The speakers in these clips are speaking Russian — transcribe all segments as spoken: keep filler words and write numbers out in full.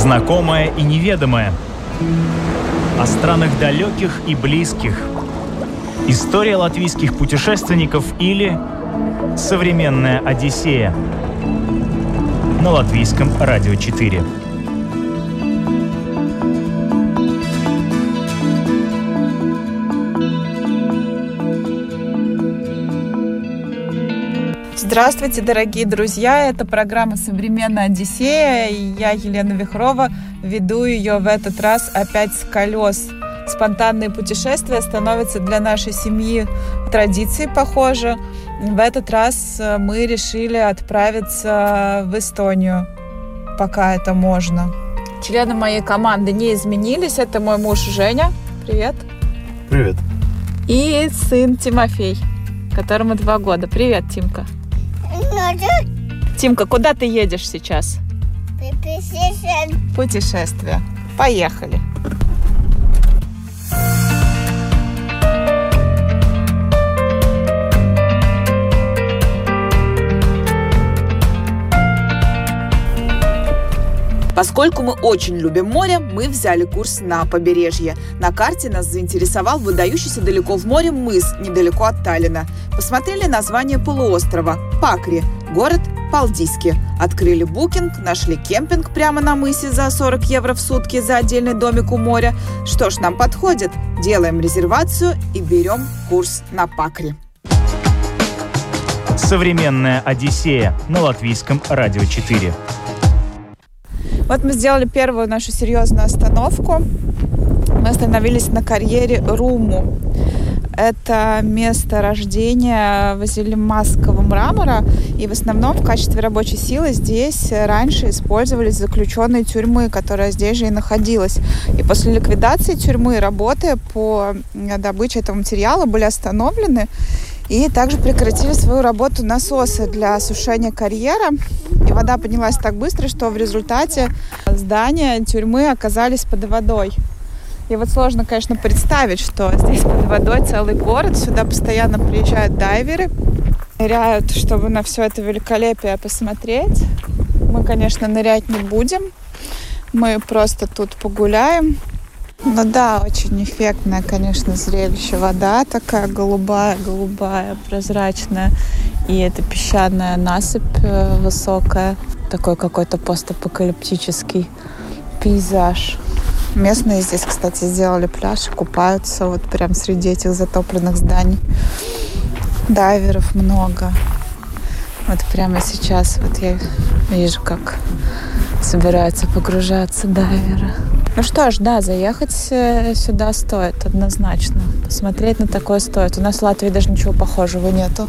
Знакомое и неведомое. О странах далеких и близких. История латвийских путешественников или современная Одиссея. На Латвийском радио четыре. Здравствуйте, дорогие друзья! Это программа «Современная Одиссея», и я, Елена Вихрова, веду ее в этот раз опять с колес. Спонтанные путешествия становятся для нашей семьи традицией, похоже. В этот раз мы решили отправиться в Эстонию, пока это можно. Члены моей команды не изменились. Это мой муж Женя. Привет. Привет. И сын Тимофей, которому два года. Привет, Тимка. Тимка, куда ты едешь сейчас? Путешествие. Путешествие. Поехали. Поскольку мы очень любим море, мы взяли курс на побережье. На карте нас заинтересовал выдающийся далеко в море мыс, недалеко от Таллина. Посмотрели название полуострова – Пакри, город Палдиски. Открыли букинг, нашли кемпинг прямо на мысе за сорок евро в сутки за отдельный домик у моря. Что ж, нам подходит. Делаем резервацию и берем курс на Пакри. Современная Одиссея на Латвийском радио четыре. Вот мы сделали первую нашу серьезную остановку. Мы остановились на карьере Руму. Это место рождения вазилимасского мрамора. И в основном в качестве рабочей силы здесь раньше использовались заключенные тюрьмы, которая здесь же и находилась. И после ликвидации тюрьмы работы по добыче этого материала были остановлены. И также прекратили свою работу насосы для осушения карьера. И вода поднялась так быстро, что в результате здания тюрьмы оказались под водой. И вот сложно, конечно, представить, что здесь под водой целый город. Сюда постоянно приезжают дайверы, ныряют, чтобы на все это великолепие посмотреть. Мы, конечно, нырять не будем. Мы просто тут погуляем. Ну да, очень эффектное, конечно, зрелище. Вода такая голубая-голубая, прозрачная. И это песчаная насыпь высокая. Такой какой-то постапокалиптический пейзаж. Местные здесь, кстати, сделали пляж и купаются вот прям среди этих затопленных зданий. Дайверов много. Вот прямо сейчас вот я вижу, как собираются погружаться дайверы. Ну что ж, да, заехать сюда стоит однозначно. Посмотреть на такое стоит. У нас в Латвии даже ничего похожего нету.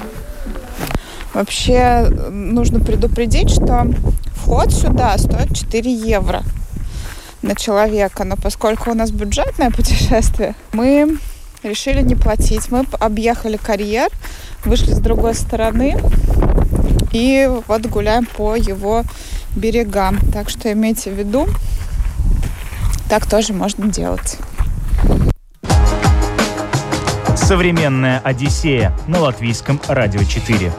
Вообще нужно предупредить, что вход сюда стоит четыре евро на человека. Но поскольку у нас бюджетное путешествие, мы решили не платить. Мы объехали карьер, вышли с другой стороны и вот гуляем по его берегам. Так что имейте в виду, так тоже можно делать. Современная Одиссея на Латвийском радио четыре.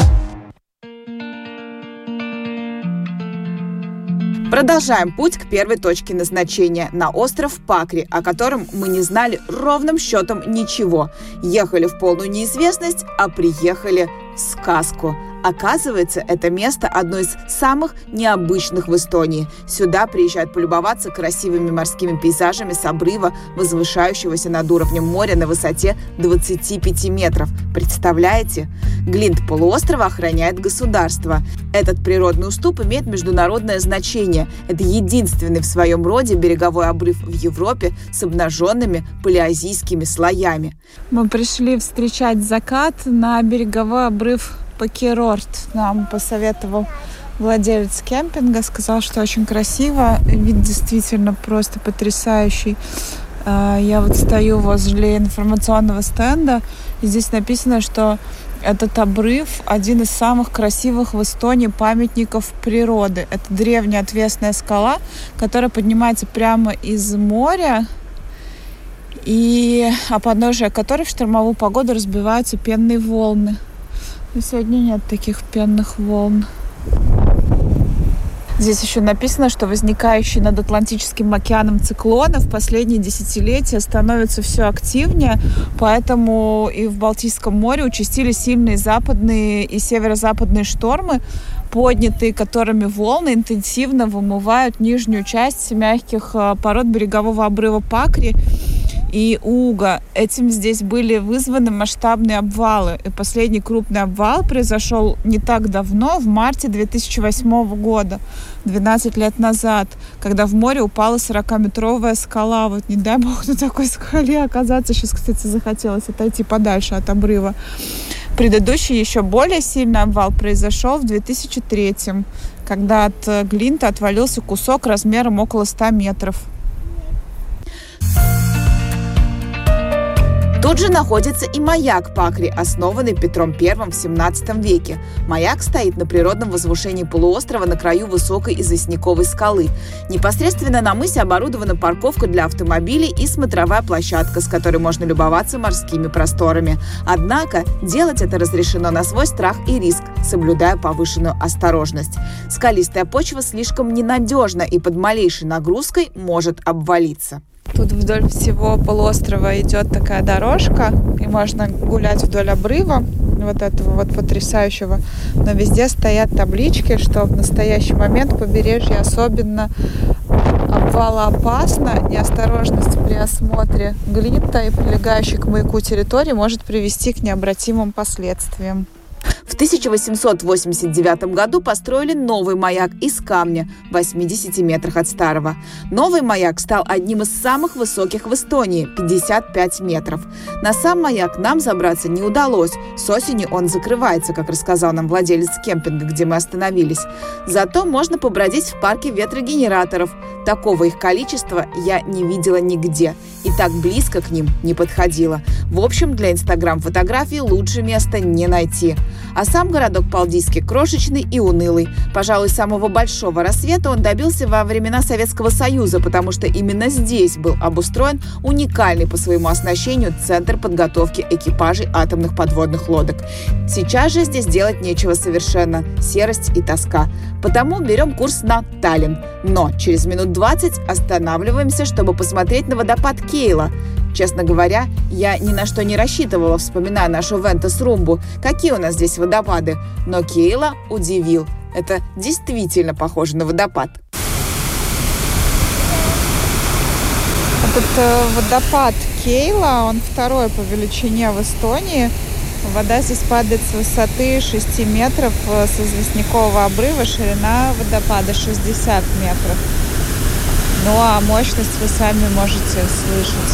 Продолжаем путь к первой точке назначения – на остров Пакри, о котором мы не знали ровным счетом ничего. Ехали в полную неизвестность, а приехали в сказку. Оказывается, это место одно из самых необычных в Эстонии. Сюда приезжают полюбоваться красивыми морскими пейзажами с обрыва, возвышающегося над уровнем моря на высоте двадцати пяти метров. Представляете? Глинт полуострова охраняет государство. Этот природный уступ имеет международное значение. Это единственный в своем роде береговой обрыв в Европе с обнаженными палеозийскими слоями. Мы пришли встречать закат на береговой обрыв Пакерорт. Нам посоветовал владелец кемпинга, сказал, что очень красиво. Вид действительно просто потрясающий. Я вот стою возле информационного стенда, и здесь написано, что этот обрыв один из самых красивых в Эстонии памятников природы. Это древняя отвесная скала, которая поднимается прямо из моря, и о подножии которой в штормовую погоду разбиваются пенные волны. Но сегодня нет таких пенных волн. Здесь еще написано, что возникающие над Атлантическим океаном циклоны в последние десятилетия становятся все активнее, поэтому и в Балтийском море участились сильные западные и северо-западные штормы, поднятые которыми волны интенсивно вымывают нижнюю часть мягких пород берегового обрыва Пакри и Уга. Этим здесь были вызваны масштабные обвалы. И последний крупный обвал произошел не так давно, в марте две тысячи восьмого года, двенадцать лет назад, когда в море упала сорокаметровая скала. Вот не дай бог на такой скале оказаться. Сейчас, кстати, захотелось отойти подальше от обрыва. Предыдущий, еще более сильный обвал произошел в две тысячи третьем, когда от Глинта отвалился кусок размером около ста метров. Тут же находится и маяк Пакри, основанный Петром Первым в семнадцатом веке. Маяк стоит на природном возвышении полуострова на краю высокой известняковой скалы. Непосредственно на мысе оборудована парковка для автомобилей и смотровая площадка, с которой можно любоваться морскими просторами. Однако делать это разрешено на свой страх и риск, соблюдая повышенную осторожность. Скалистая почва слишком ненадежна и под малейшей нагрузкой может обвалиться. Тут вдоль всего полуострова идет такая дорожка, и можно гулять вдоль обрыва, вот этого вот потрясающего. Но везде стоят таблички, что в настоящий момент побережье особенно обвалоопасно. Неосторожность при осмотре Глинта и прилегающей к маяку территории может привести к необратимым последствиям. В тысяча восемьсот восемьдесят девятом году построили новый маяк из камня в восьмидесяти метрах от старого. Новый маяк стал одним из самых высоких в Эстонии – пятьдесят пять метров. На сам маяк нам забраться не удалось. С осени он закрывается, как рассказал нам владелец кемпинга, где мы остановились. Зато можно побродить в парке ветрогенераторов. Такого их количества я не видела нигде. И так близко к ним не подходила. В общем, для инстаграм-фотографий лучше места не найти. А сам городок Палдийский крошечный и унылый. Пожалуй, самого большого рассвета он добился во времена Советского Союза, потому что именно здесь был обустроен уникальный по своему оснащению центр подготовки экипажей атомных подводных лодок. Сейчас же здесь делать нечего совершенно. Серость и тоска. Потому берем курс на Таллин. Но через минут двадцать останавливаемся, чтобы посмотреть на водопад Кейла. Честно говоря, я ни на что не рассчитывала, вспоминая нашу Вентас-Румбу, какие у нас здесь водопады. Но Кейла удивил. Это действительно похоже на водопад. Этот э, водопад Кейла, он второй по величине в Эстонии. Вода здесь падает с высоты шести метров с известнякового обрыва, ширина водопада шестьдесят метров. Ну а мощность вы сами можете слышать.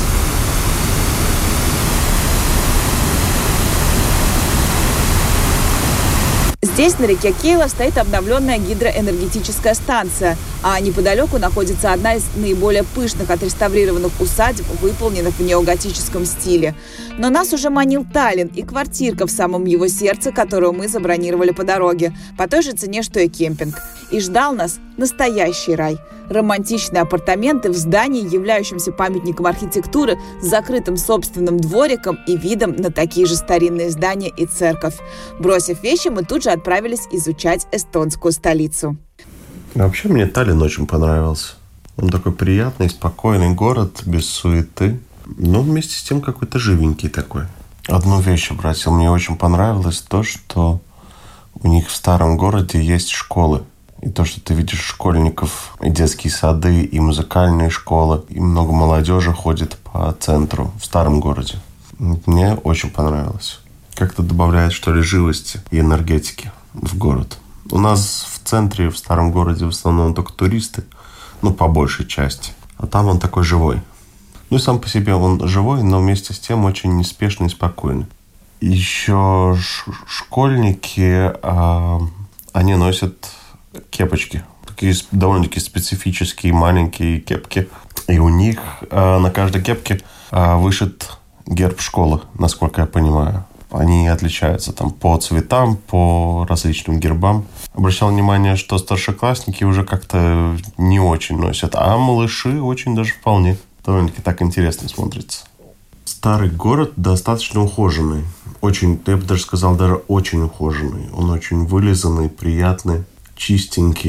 Здесь, на реке Кейла, стоит обновленная гидроэнергетическая станция, а неподалеку находится одна из наиболее пышных отреставрированных усадеб, выполненных в неоготическом стиле. Но нас уже манил Таллин и квартирка в самом его сердце, которую мы забронировали по дороге, по той же цене, что и кемпинг. И ждал нас настоящий рай. Романтичные апартаменты в здании, являющемся памятником архитектуры, с закрытым собственным двориком и видом на такие же старинные здания и церковь. Бросив вещи, мы тут же отправились изучать эстонскую столицу. Вообще мне Таллин очень понравился. Он такой приятный, спокойный город, без суеты. Но вместе с тем какой-то живенький такой. Одну вещь обратил, мне очень понравилось то, что у них в старом городе есть школы. И то, что ты видишь школьников, и детские сады, и музыкальные школы, и много молодежи ходит по центру в старом городе. Мне очень понравилось. Как-то добавляет, что ли, живости и энергетики в город. У нас в центре, в старом городе, в основном только туристы, ну, по большей части. А там он такой живой. Ну, и сам по себе он живой, но вместе с тем очень неспешный и спокойный. Еще школьники, а, они носят кепочки. Такие довольно-таки специфические маленькие кепки. И у них а, на каждой кепке а, вышит герб школы, насколько я понимаю. Они отличаются там по цветам, по различным гербам. Обращал внимание, что старшеклассники уже как-то не очень носят, а малыши очень даже вполне. Довольно-таки так интересно смотрится. Старый город достаточно ухоженный. Очень, я бы даже сказал, даже очень ухоженный. Он очень вылизанный, приятный, чистенький.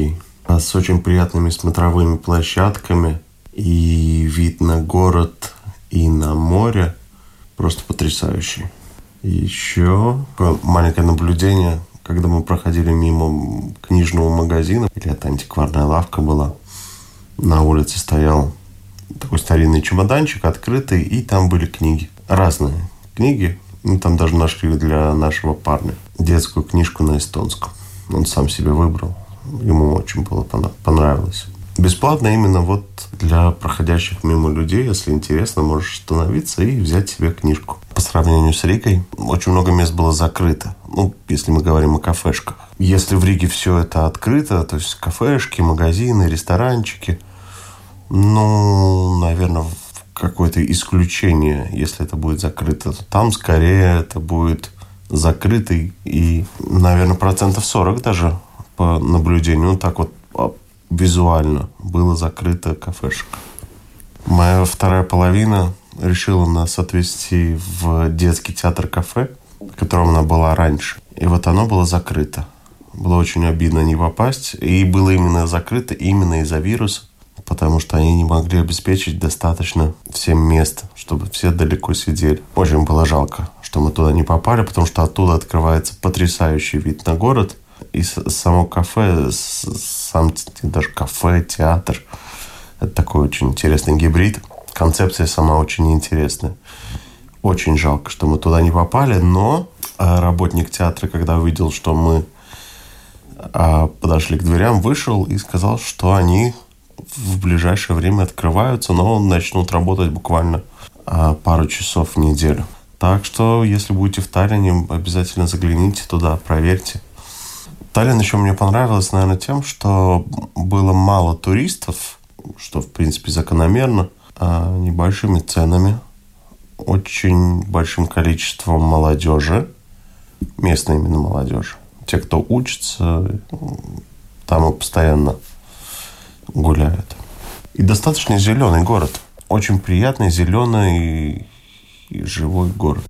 с очень приятными смотровыми площадками. И вид на город и на море просто потрясающий. И еще маленькое наблюдение, когда мы проходили мимо книжного магазина, или это антикварная лавка была, на улице стоял такой старинный чемоданчик, открытый, и там были книги. Разные книги. Мы там даже нашли для нашего парня детскую книжку на эстонском. Он сам себе выбрал. Ему очень было понравилось. Бесплатно именно вот для проходящих мимо людей, если интересно, можешь остановиться и взять себе книжку. По сравнению с Ригой, очень много мест было закрыто. Ну, если мы говорим о кафешках. Если в Риге все это открыто, то есть кафешки, магазины, ресторанчики, ну, наверное, какое-то исключение, если это будет закрыто. Там скорее это будет закрытый и, наверное, процентов сорок даже по наблюдению. Ну, так вот визуально было закрыто кафешек. Моя вторая половина решила нас отвезти в детский театр-кафе, в котором она была раньше. И вот оно было закрыто. Было очень обидно не попасть. И было именно закрыто именно из-за вируса, потому что они не могли обеспечить достаточно всем мест, чтобы все далеко сидели. Очень было жалко, что мы туда не попали, потому что оттуда открывается потрясающий вид на город. И само кафе, сам даже кафе, театр, это такой очень интересный гибрид. Концепция сама очень интересная. Очень жалко, что мы туда не попали, но работник театра, когда увидел, что мы подошли к дверям, вышел и сказал, что они в ближайшее время открываются, но начнут работать буквально пару часов в неделю. Так что, если будете в Таллине, обязательно загляните туда, проверьте. Таллин еще мне понравилось, наверное, тем, что было мало туристов, что, в принципе, закономерно, а небольшими ценами, очень большим количеством молодежи, местной именно молодежи. Те, кто учится, там и постоянно гуляют. И достаточно зеленый город. Очень приятный, зеленый и живой город.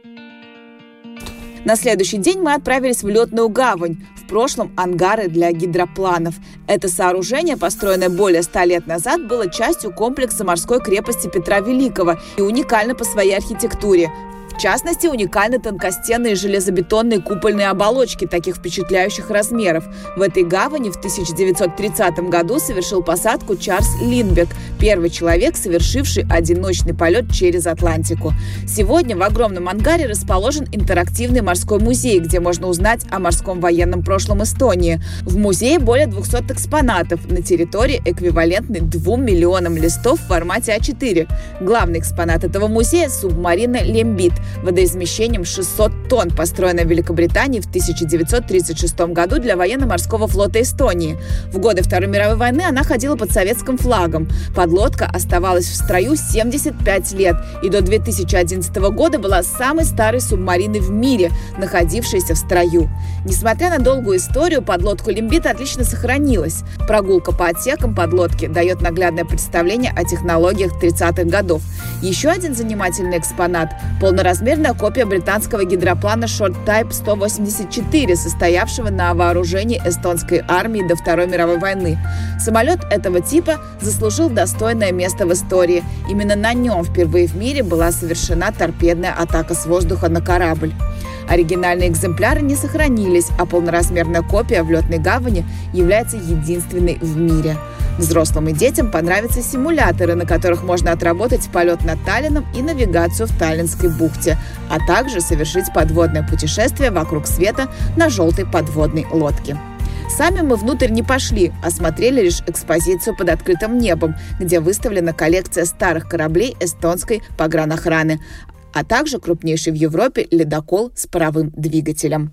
На следующий день мы отправились в летную гавань, в прошлом ангары для гидропланов. Это сооружение, построенное более ста лет назад, было частью комплекса морской крепости Петра Великого и уникально по своей архитектуре. В частности, уникальны тонкостенные железобетонные купольные оболочки таких впечатляющих размеров. В этой гавани в тысяча девятьсот тридцатом году совершил посадку Чарльз Линдбек, первый человек, совершивший одиночный полет через Атлантику. Сегодня в огромном ангаре расположен интерактивный морской музей, где можно узнать о морском военном прошлом Эстонии. В музее более двухсот экспонатов, на территории эквивалентной двум миллионам листов в формате а четыре. Главный экспонат этого музея – субмарина «Лембит», водоизмещением шестьсот тонн, построенная в Великобритании в тысяча девятьсот тридцать шестом году для военно-морского флота Эстонии. В годы Второй мировой войны она ходила под советским флагом. Подлодка оставалась в строю семьдесят пять лет и до две тысячи одиннадцатого года была самой старой субмариной в мире, находившейся в строю. Несмотря на долгую историю, подлодка «Лембит» отлично сохранилась. Прогулка по отсекам подлодки дает наглядное представление о технологиях тридцатых годов. Еще один занимательный экспонат – полноразмерный Размерная копия британского гидроплана Short Type сто восемьдесят четыре, состоявшего на вооружении эстонской армии до Второй мировой войны. Самолет этого типа заслужил достойное место в истории. Именно на нем впервые в мире была совершена торпедная атака с воздуха на корабль. Оригинальные экземпляры не сохранились, а полноразмерная копия в летной гавани является единственной в мире. Взрослым и детям понравятся симуляторы, на которых можно отработать полет над Таллином и навигацию в Таллинской бухте, а также совершить подводное путешествие вокруг света на желтой подводной лодке. Сами мы внутрь не пошли, а смотрели лишь экспозицию под открытым небом, где выставлена коллекция старых кораблей эстонской погранохраны, а также крупнейший в Европе ледокол с паровым двигателем.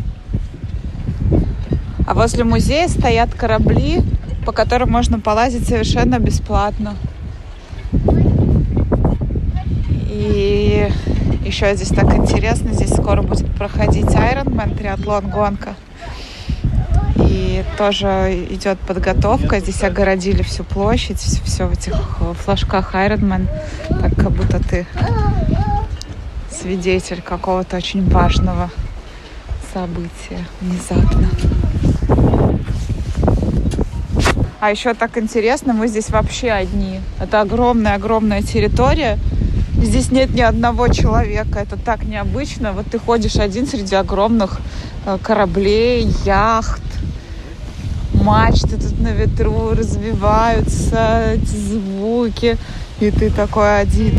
А возле музея стоят корабли, по которым можно полазить совершенно бесплатно. И еще здесь так интересно, здесь скоро будет проходить Ironman, триатлон-гонка. И тоже идет подготовка. Здесь огородили всю площадь, все в этих флажках Ironman, так как будто ты свидетель какого-то очень важного события внезапно. А еще так интересно, мы здесь вообще одни. Это огромная-огромная территория. Здесь нет ни одного человека. Это так необычно. Вот ты ходишь один среди огромных кораблей, яхт, мачты тут на ветру развиваются, эти звуки. И ты такой один.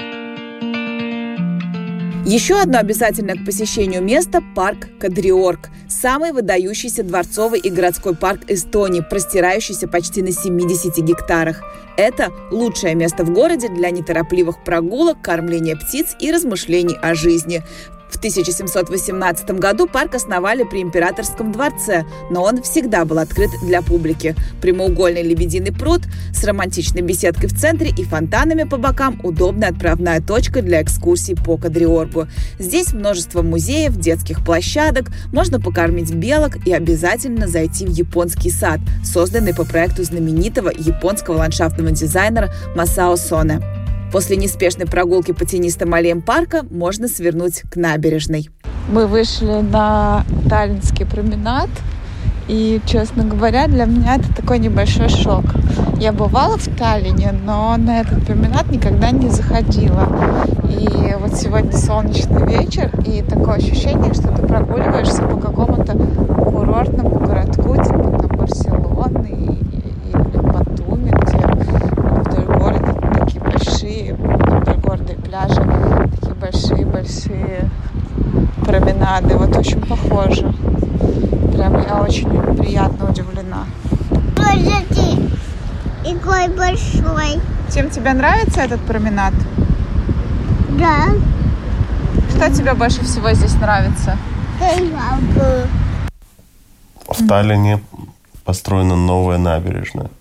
Еще одно обязательное к посещению место – парк Кадриорг. Самый выдающийся дворцовый и городской парк Эстонии, простирающийся почти на семидесяти гектарах. Это лучшее место в городе для неторопливых прогулок, кормления птиц и размышлений о жизни. В тысяча семьсот восемнадцатом году парк основали при императорском дворце, но он всегда был открыт для публики. Прямоугольный лебединый пруд с романтичной беседкой в центре и фонтанами по бокам – удобная отправная точка для экскурсий по Кадриоргу. Здесь множество музеев, детских площадок, можно покормить белок и обязательно зайти в японский сад, созданный по проекту знаменитого японского ландшафтного дизайнера Масао Соне. После неспешной прогулки по тенистым аллеям парка можно свернуть к набережной. Мы вышли на Таллинский променад, и, честно говоря, для меня это такой небольшой шок. Я бывала в Таллине, но на этот променад никогда не заходила. И вот сегодня солнечный вечер, и такое ощущение, что ты прогуливаешься по какому-то курортному городку, типа там Барселоны или Батуми, где вдоль города такие большие, вдоль города и пляжи, такие большие-большие променады. Вот очень похоже. Прям я очень приятно удивлена. Подожди, какой большой. Тим, тебе нравится этот променад? Да. Что тебе больше всего здесь нравится? В Таллине построена новая набережная.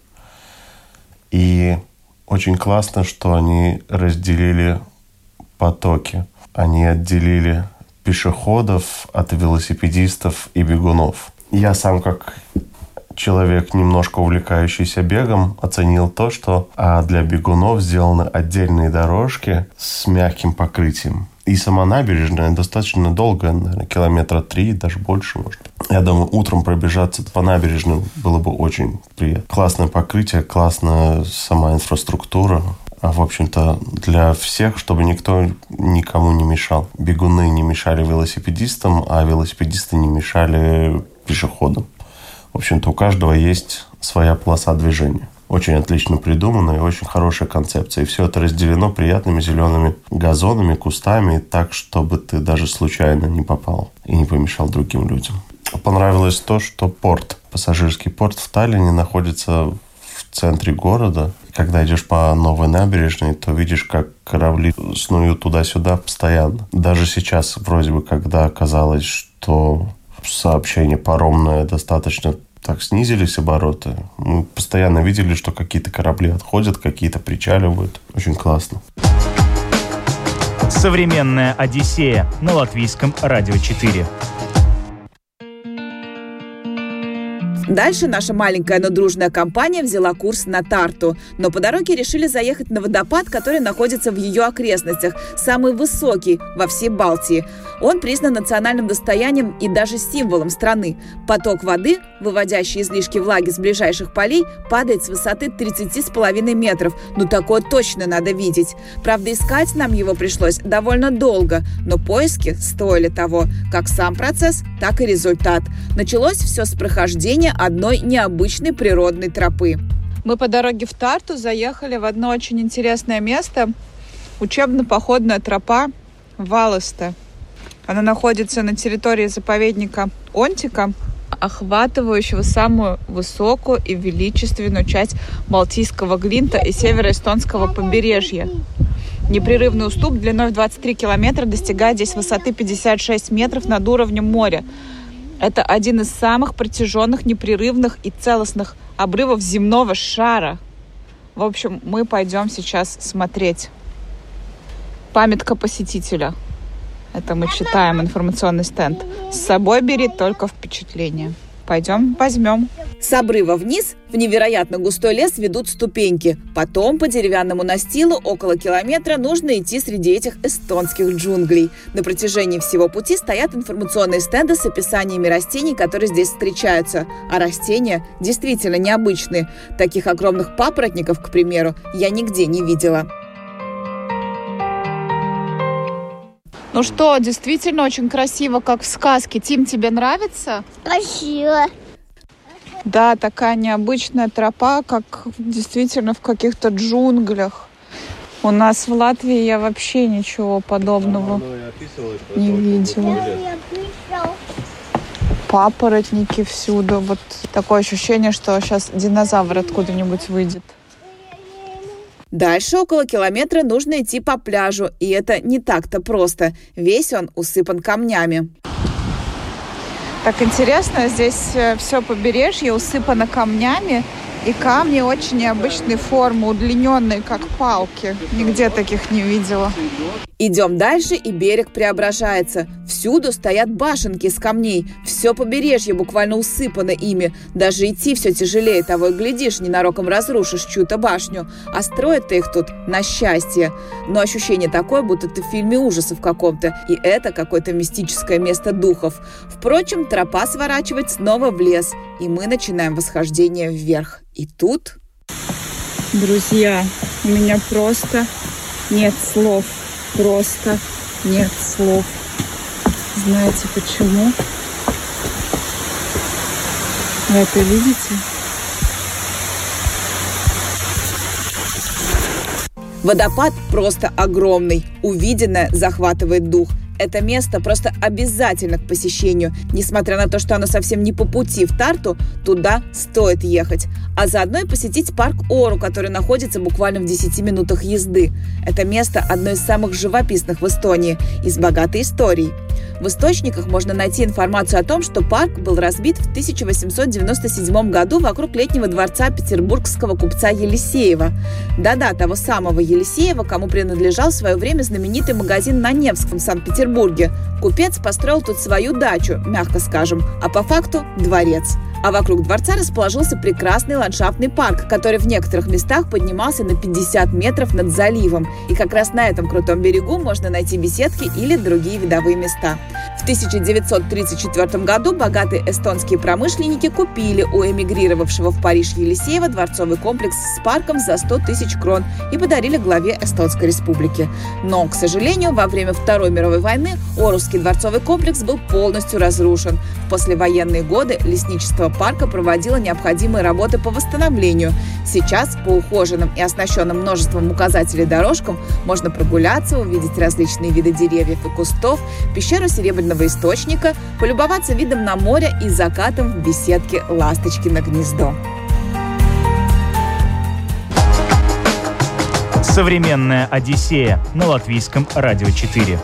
И очень классно, что они разделили потоки. Они отделили пешеходов от велосипедистов и бегунов. Я сам, как человек, немножко увлекающийся бегом, оценил то, что для бегунов сделаны отдельные дорожки с мягким покрытием. И сама набережная достаточно долгая, наверное, километра три, даже больше, может. Я думаю, утром пробежаться по набережной было бы очень приятно. Классное покрытие, классная сама инфраструктура. А, в общем-то, для всех, чтобы никто никому не мешал. Бегуны не мешали велосипедистам, а велосипедисты не мешали пешеходам. В общем-то, у каждого есть своя полоса движения. Очень отлично придумано и очень хорошая концепция. И все это разделено приятными зелеными газонами, кустами, так, чтобы ты даже случайно не попал и не помешал другим людям. Понравилось то, что порт, пассажирский порт в Таллине находится в центре города. Когда идешь по новой набережной, то видишь, как корабли снуют туда-сюда постоянно. Даже сейчас, вроде бы, когда казалось, что сообщение паромное достаточно так снизились обороты, мы постоянно видели, что какие-то корабли отходят, какие-то причаливают. Очень классно. Современная Одиссея на Латвийском радио четыре. Дальше наша маленькая, но дружная компания взяла курс на Тарту, но по дороге решили заехать на водопад, который находится в ее окрестностях, самый высокий во всей Балтии. Он признан национальным достоянием и даже символом страны. Поток воды, выводящий излишки влаги с ближайших полей, падает с высоты тридцать с половиной метров. Ну, такое точно надо видеть. Правда, искать нам его пришлось довольно долго, но поиски стоили того, как сам процесс, так и результат. Началось все с прохождения одной необычной природной тропы. Мы по дороге в Тарту заехали в одно очень интересное место. Учебно-походная тропа Валаста. Она находится на территории заповедника Онтика, охватывающего самую высокую и величественную часть Балтийского Глинта и североэстонского побережья. Непрерывный уступ длиной в двадцать три километра достигает здесь высоты пятьдесят шесть метров над уровнем моря. Это один из самых протяженных, непрерывных и целостных обрывов земного шара. В общем, мы пойдем сейчас смотреть. Памятка посетителя. Это мы читаем, информационный стенд. С собой бери только впечатление. Пойдем возьмем. С обрыва вниз в невероятно густой лес ведут ступеньки. Потом по деревянному настилу около километра нужно идти среди этих эстонских джунглей. На протяжении всего пути стоят информационные стенды с описаниями растений, которые здесь встречаются. А растения действительно необычные. Таких огромных папоротников, к примеру, я нигде не видела. Ну что, действительно очень красиво, как в сказке. Тим, тебе нравится? Красиво. Да, такая необычная тропа, как действительно в каких-то джунглях. У нас в Латвии я вообще ничего подобного не видела. Папоротники всюду. Вот такое ощущение, что сейчас динозавр откуда-нибудь выйдет. Дальше около километра нужно идти по пляжу, и это не так-то просто. Весь он усыпан камнями. Так интересно, здесь все побережье усыпано камнями, и камни очень необычной формы, удлиненные, как палки. Нигде таких не видела. Идем дальше, и берег преображается. Всюду стоят башенки из камней. Все побережье буквально усыпано ими. Даже идти все тяжелее, того и глядишь, ненароком разрушишь чью-то башню. А строят-то их тут на счастье. Но ощущение такое, будто ты в фильме ужасов каком-то. И это какое-то мистическое место духов. Впрочем, тропа сворачивает снова в лес. И мы начинаем восхождение вверх. И тут... Друзья, у меня просто нет слов. Просто нет слов. Знаете почему? Вы это видите? Водопад просто огромный. Увиденное захватывает дух. Это место просто обязательно к посещению. Несмотря на то, что оно совсем не по пути в Тарту, туда стоит ехать. А заодно и посетить парк Ору, который находится буквально в десяти минутах езды. Это место одно из самых живописных в Эстонии и с богатой историей. В источниках можно найти информацию о том, что парк был разбит в тысяча восемьсот девяносто седьмом году вокруг летнего дворца петербургского купца Елисеева. Да-да, того самого Елисеева, кому принадлежал в свое время знаменитый магазин на Невском в Санкт-Петербурге. Купец построил тут свою дачу, мягко скажем, а по факту дворец. А вокруг дворца расположился прекрасный ландшафтный парк, который в некоторых местах поднимался на пятьдесят метров над заливом. И как раз на этом крутом берегу можно найти беседки или другие видовые места. В тысяча девятьсот тридцать четвёртом году богатые эстонские промышленники купили у эмигрировавшего в Париж Елисеева дворцовый комплекс с парком за сто тысяч крон и подарили главе Эстонской республики. Но, к сожалению, во время Второй мировой войны Орусский дворцовый комплекс был полностью разрушен. В послевоенные годы лесничество парка проводило необходимые работы по восстановлению. Сейчас по ухоженным и оснащенным множеством указателей дорожкам можно прогуляться, увидеть различные виды деревьев и кустов, пещеру Серебряного источника, полюбоваться видом на море и закатом в беседке Ласточкино гнездо. Современная Одиссея на Латвийском радио четыре.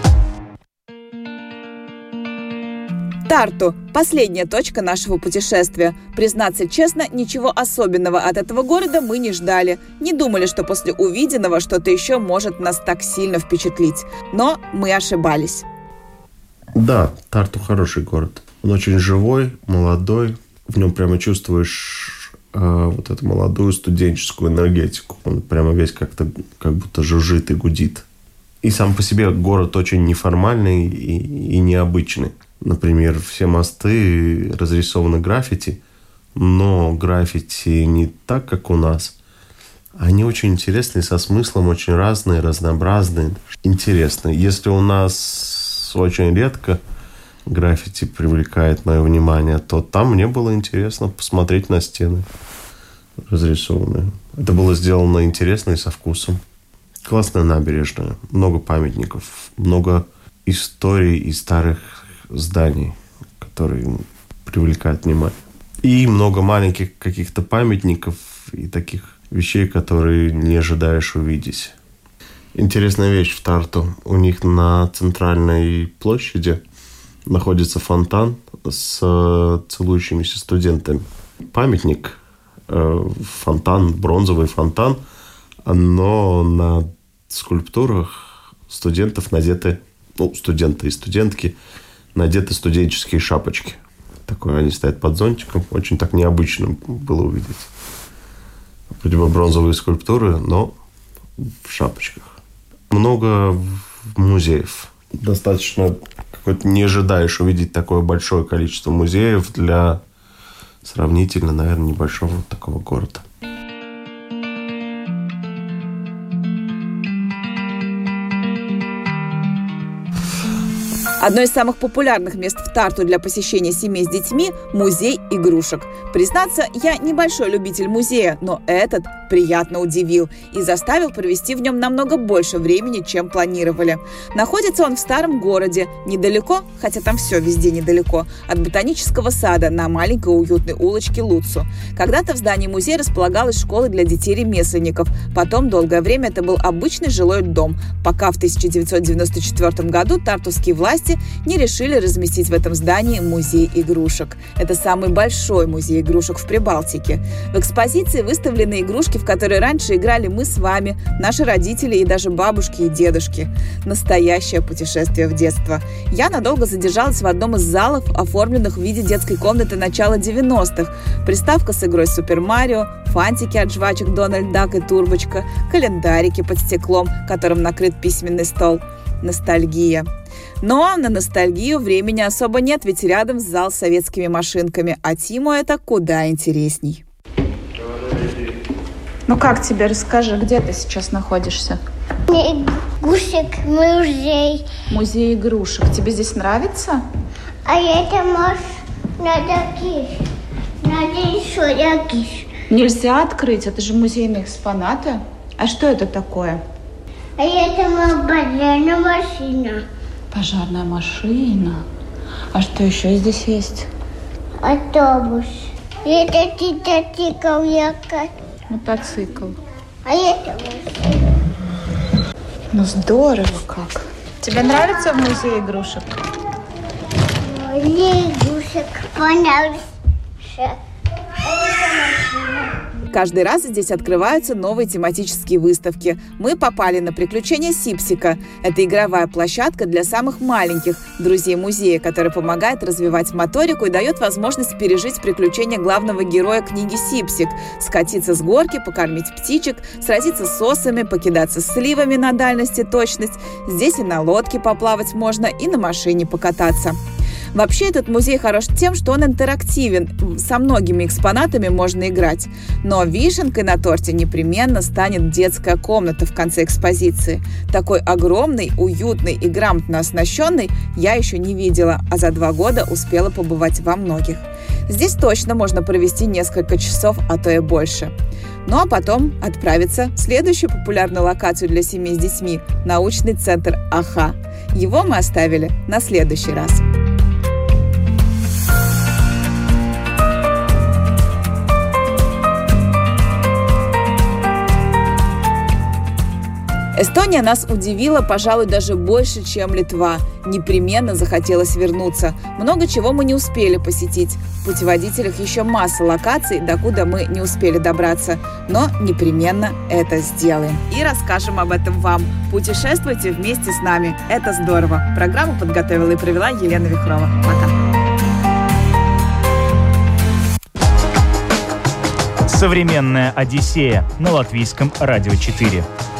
Тарту – последняя точка нашего путешествия. Признаться честно, ничего особенного от этого города мы не ждали. Не думали, что после увиденного что-то еще может нас так сильно впечатлить. Но мы ошибались. Да, Тарту хороший город. Он очень живой, молодой. В нем прямо чувствуешь э, вот эту молодую студенческую энергетику. Он прямо весь как-то как будто жужжит и гудит. И сам по себе город очень неформальный и, и необычный. Например, все мосты разрисованы граффити, но граффити не так, как у нас. Они очень интересные, со смыслом, очень разные, разнообразные, интересные. Если у нас очень редко граффити привлекает мое внимание, то там мне было интересно посмотреть на стены разрисованные. Это было сделано интересно и со вкусом. Классная набережная, много памятников, много историй и старых зданий, которые привлекают внимание. И много маленьких каких-то памятников и таких вещей, которые не ожидаешь увидеть. Интересная вещь в Тарту. У них на центральной площади находится фонтан с целующимися студентами. Памятник, фонтан, бронзовый фонтан, но на скульптурах студентов надеты, ну, студенты и студентки, надеты студенческие шапочки. такое, они стоят под зонтиком. Очень так необычно было увидеть. Вроде бы бронзовые скульптуры, но в шапочках. Много музеев. Достаточно какой-то не ожидаешь увидеть такое большое количество музеев для сравнительно, наверное, небольшого вот такого города. Одно из самых популярных мест в Тарту для посещения семей с детьми – музей игрушек. Признаться, я небольшой любитель музея, но этот приятно удивил и заставил провести в нем намного больше времени, чем планировали. Находится он в старом городе, недалеко, хотя там все везде недалеко, от ботанического сада на маленькой уютной улочке Луцу. Когда-то в здании музея располагалась школа для детей-ремесленников. Потом долгое время это был обычный жилой дом, пока в тысяча девятьсот девяносто четвёртом году тартуские власти не решили разместить в этом здании музей игрушек. Это самый большой музей игрушек в Прибалтике. В экспозиции выставлены игрушки, в которые раньше играли мы с вами, наши родители и даже бабушки и дедушки. Настоящее путешествие в детство. Я надолго задержалась в одном из залов, оформленных в виде детской комнаты начала девяностых. Приставка с игрой Супер Марио, фантики от жвачек Дональд Дак и Турбочка, календарики под стеклом, которым накрыт письменный стол. Ностальгия. Но на ностальгию времени особо нет, ведь рядом зал с советскими машинками, а Тиму это куда интересней. Ну как тебе, расскажи, где ты сейчас находишься? Игрушек музей. Музей игрушек. Тебе здесь нравится? А это может надо киш. Надо еще киш. Нельзя открыть, это же музейные экспонаты. А что это такое? А это пожарная машина. Пожарная машина. А что еще здесь есть? Автобус. Это мотоцикл якорь. Мотоцикл. А это машина. Ну здорово как. Тебе нравится музей игрушек? Музей игрушек понравился. Каждый раз здесь открываются новые тематические выставки. Мы попали на приключения Сипсика. Это игровая площадка для самых маленьких друзей музея, которая помогает развивать моторику и дает возможность пережить приключения главного героя книги «Сипсик». Скатиться с горки, покормить птичек, сразиться с осами, покидаться сливами на дальность и точность. Здесь и на лодке поплавать можно, и на машине покататься. Вообще этот музей хорош тем, что он интерактивен, со многими экспонатами можно играть. Но вишенкой на торте непременно станет детская комната в конце экспозиции. Такой огромный, уютный и грамотно оснащенный я еще не видела, а за два года успела побывать во многих. Здесь точно можно провести несколько часов, а то и больше. Ну а потом отправиться в следующую популярную локацию для семей с детьми – научный центр АХА. Его мы оставили на следующий раз. Эстония нас удивила, пожалуй, даже больше, чем Литва. Непременно захотелось вернуться. Много чего мы не успели посетить. В путеводителях еще масса локаций, докуда мы не успели добраться. Но непременно это сделаем. И расскажем об этом вам. Путешествуйте вместе с нами. Это здорово. Программу подготовила и провела Елена Вихрова. Пока. Современная Одиссея на Латвийском радио четыре.